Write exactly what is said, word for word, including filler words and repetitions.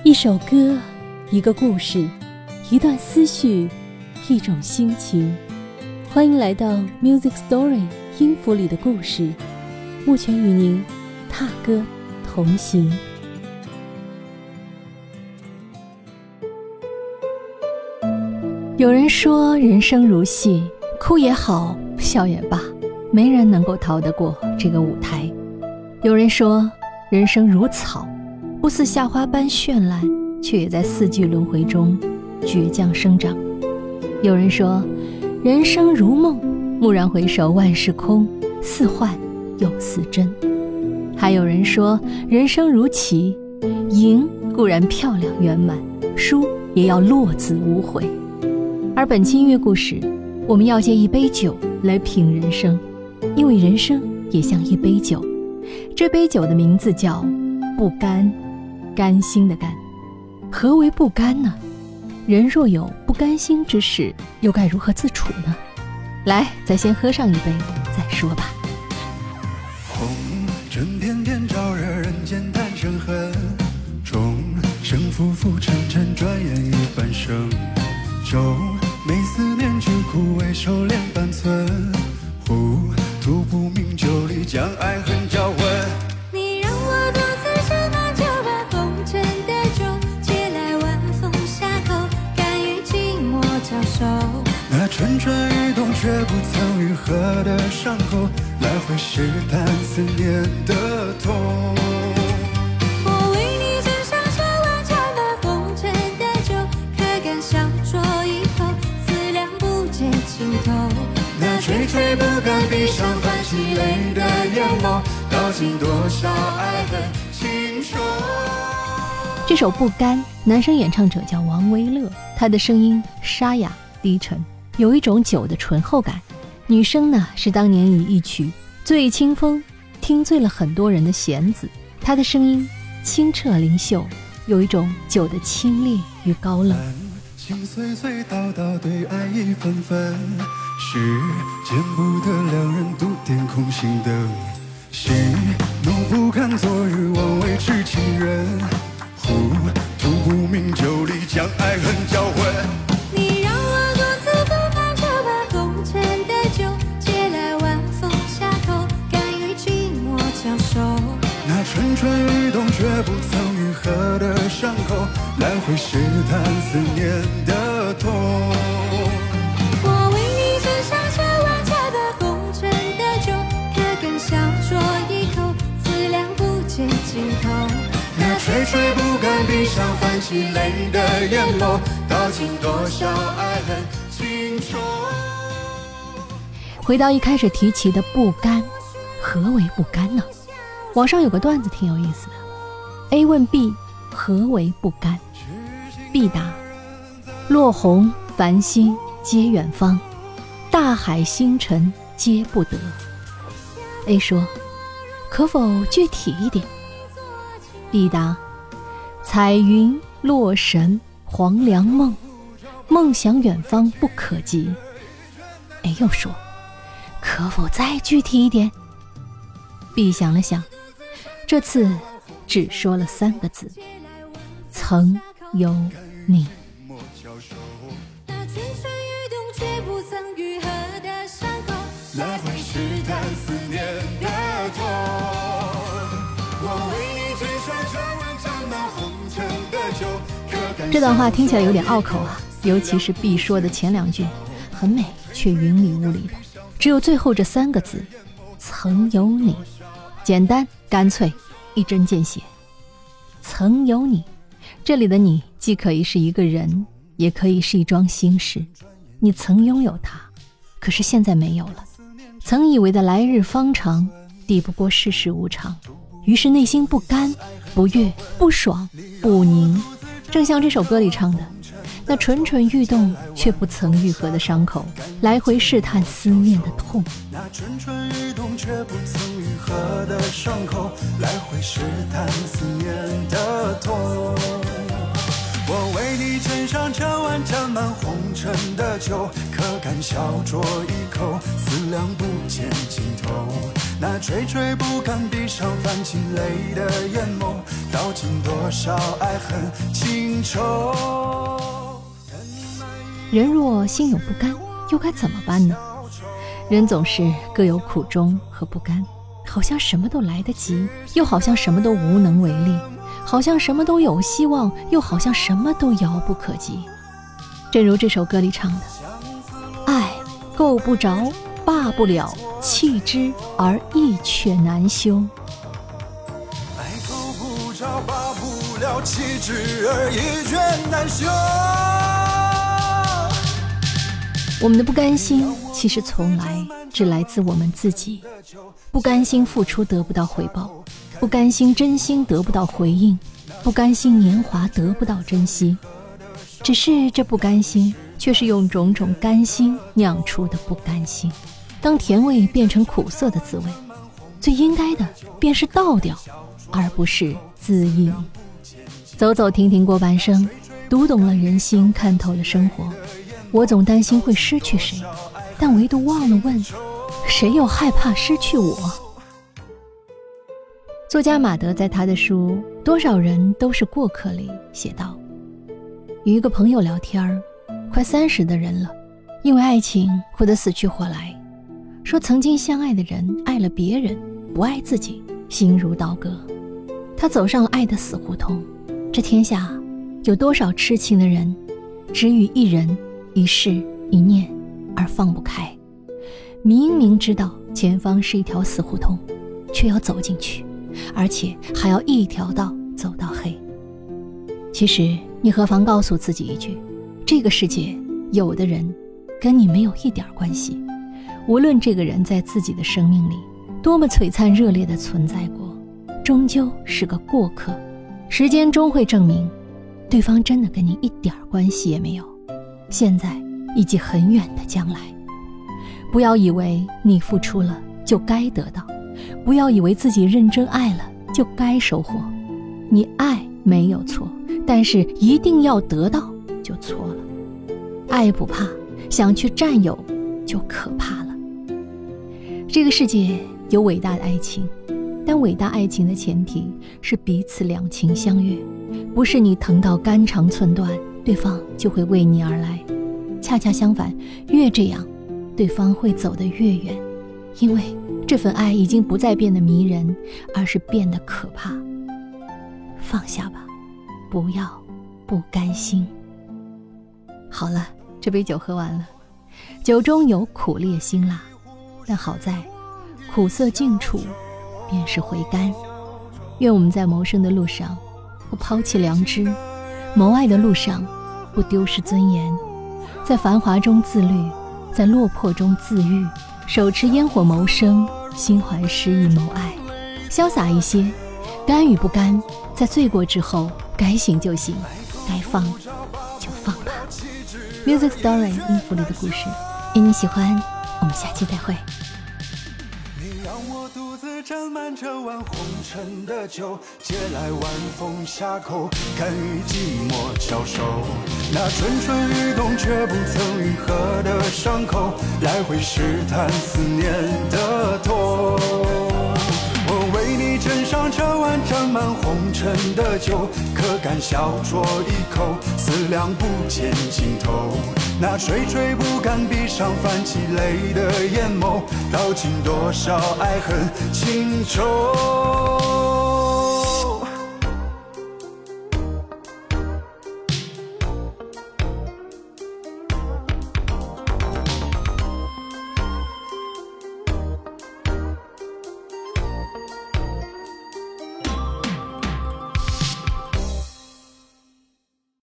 一首歌，一个故事，一段思绪，一种心情。欢迎来到 Music Story 音符里的故事，目前与您踏歌同行。有人说人生如戏，哭也好，笑也罢，没人能够逃得过这个舞台。有人说人生如草，不似夏花般绚烂，却也在四季轮回中倔强生长。有人说人生如梦，蓦然回首万事空，似幻又似真。还有人说人生如棋，赢固然漂亮圆满，输也要落子无悔。而本期音乐故事，我们要借一杯酒来品人生，因为人生也像一杯酒，这杯酒的名字叫不甘，甘心的甘。何为不甘呢？人若有不甘心之事，又该如何自处呢？来，再先喝上一杯再说吧。 红尘点点招惹人间叹生恨，众生浮浮沉沉转眼一半生，皱眉思念之苦为收敛半寸，糊涂不明就里将爱恨交混。 你让我独自斟满酒，把红尘的酒借来晚风下口，甘于寂寞交手。 那蠢蠢欲动却不曾愈合的伤口，来回试探思念的痛。 我为你斟上千万盏把红尘的酒，可敢小酌一口，思量不见尽头。 那惴惴不甘闭上泛起泪的眼眸，道尽多少爱恨情仇。 这首不甘，男生演唱者叫王维乐，他的声音沙哑低沉，有一种酒的醇厚感。女生呢，是当年以一曲《醉清风》听醉了很多人的弦子，她的声音清澈灵秀，有一种酒的清冽与高冷。 情岁岁叨叨对爱意纷纷，是见不得两人独点空心灯，喜怒不堪昨日枉为痴情人，糊涂不明就里将爱恨交混。 你让我独自斟满酒，把红尘的酒借来晚风下口，甘于寂寞交手。 那蠢蠢欲动却不曾愈合的伤口，来回试探思念的痛。 我为你斟上千万盏把红尘的酒，可敢小酌一口，思量不见尽头。 那惴惴不甘闭上泛起泪的眼眸，道尽多少爱恨情仇。 回到一开始提起的不甘，何为不甘呢？网上有个段子挺有意思的。 A 问 B 何为不甘， B 答：落红繁星皆远方，大海星辰皆不得。 A 说：可否具体一点？ B 答：彩云落神黄粱梦，梦想远方不可及。 A 又说：可否再具体一点？ B 想了想，这次只说了三个字：曾有你。 那蠢蠢欲动却不曾愈合的伤口， 来回试探思念的痛。我为你斟上这碗沾满红尘的酒，可敢这段话听起来有点拗口啊，尤其是 B 说的前两句，很美却云里雾里的，只有最后这三个字：曾有你，简单干脆，一针见血。曾有你，这里的你既可以是一个人，也可以是一桩心事。你曾拥有它，可是现在没有了。曾以为的来日方长，抵不过世事无常，于是内心不甘、不悦、不爽、不宁。正像这首歌里唱的，那蠢蠢欲动却不曾愈合的伤口，来回试探思念的痛。 那蠢蠢欲动却不曾愈合的伤口，来回试探思念的痛。我为你斟上这碗沾满红尘尘的酒，可敢小酌一口，思量不见尽头。那惴惴不敢闭上泛起泪的眼眸，道尽多少爱恨情仇。 人若心有不甘，又该怎么办呢？人总是各有苦衷和不甘，好像什么都来得及，又好像什么都无能为力，好像什么都有希望，又好像什么都遥不可及。正如这首歌里唱的，爱够不着，罢不了，弃之而意却难休。 爱够不着，罢不了，弃之而意却难休。 我们的不甘心其实从来只来自我们自己，不甘心付出得不到回报，不甘心真心得不到回应，不甘心年华得不到珍惜。只是这不甘心却是用种种甘心酿出的不甘心，当甜味变成苦涩的滋味，最应该的便是倒掉，而不是自饮。走走停停过半生，读懂了人心，看透了生活。我总担心会失去谁，但唯独忘了问，谁又害怕失去我？作家马德在他的书《多少人都是过客》里写道，与一个朋友聊天，快三十的人了，因为爱情哭得死去活来，说曾经相爱的人爱了别人，不爱自己，心如刀割。他走上了爱的死胡同，这天下有多少痴情的人，只与一人一事一念而放不开，明明知道前方是一条死胡同，却要走进去，而且还要一条道走到黑。其实你何妨告诉自己一句，这个世界有的人跟你没有一点关系，无论这个人在自己的生命里多么璀璨热烈地存在过，终究是个过客。时间终会证明，对方真的跟你一点关系也没有，现在以及很远的将来。不要以为你付出了就该得到，不要以为自己认真爱了就该收获。你爱没有错，但是一定要得到就错了。爱不怕，想去占有就可怕了。这个世界有伟大的爱情，但伟大爱情的前提是彼此两情相悦，不是你疼到肝肠寸断，对方就会为你而来。恰恰相反，越这样，对方会走得越远，因为这份爱已经不再变得迷人，而是变得可怕。放下吧，不要不甘心。好了，这杯酒喝完了，酒中有苦烈辛辣，但好在苦涩尽处便是回甘。愿我们在谋生的路上不抛弃良知，谋爱的路上不丢失尊严，在繁华中自律，在落魄中自愈，手持烟火谋生，心怀诗意谋爱，潇洒一些，甘与不甘，在醉过之后该醒就醒，该放就放吧。 Music Story 音符里的故事，愿你喜欢，我们下期再会。 你让我独自斟满这碗红尘的酒，借来晚风下口，甘于寂寞消瘦。那蠢蠢欲动却不曾愈合的伤口，来回试探思念的痛。我为你斟上这碗沾满红尘的酒，可敢小酌一口，思量不见尽头。那惴惴不敢闭上泛起泪的眼眸，道尽多少爱恨情仇。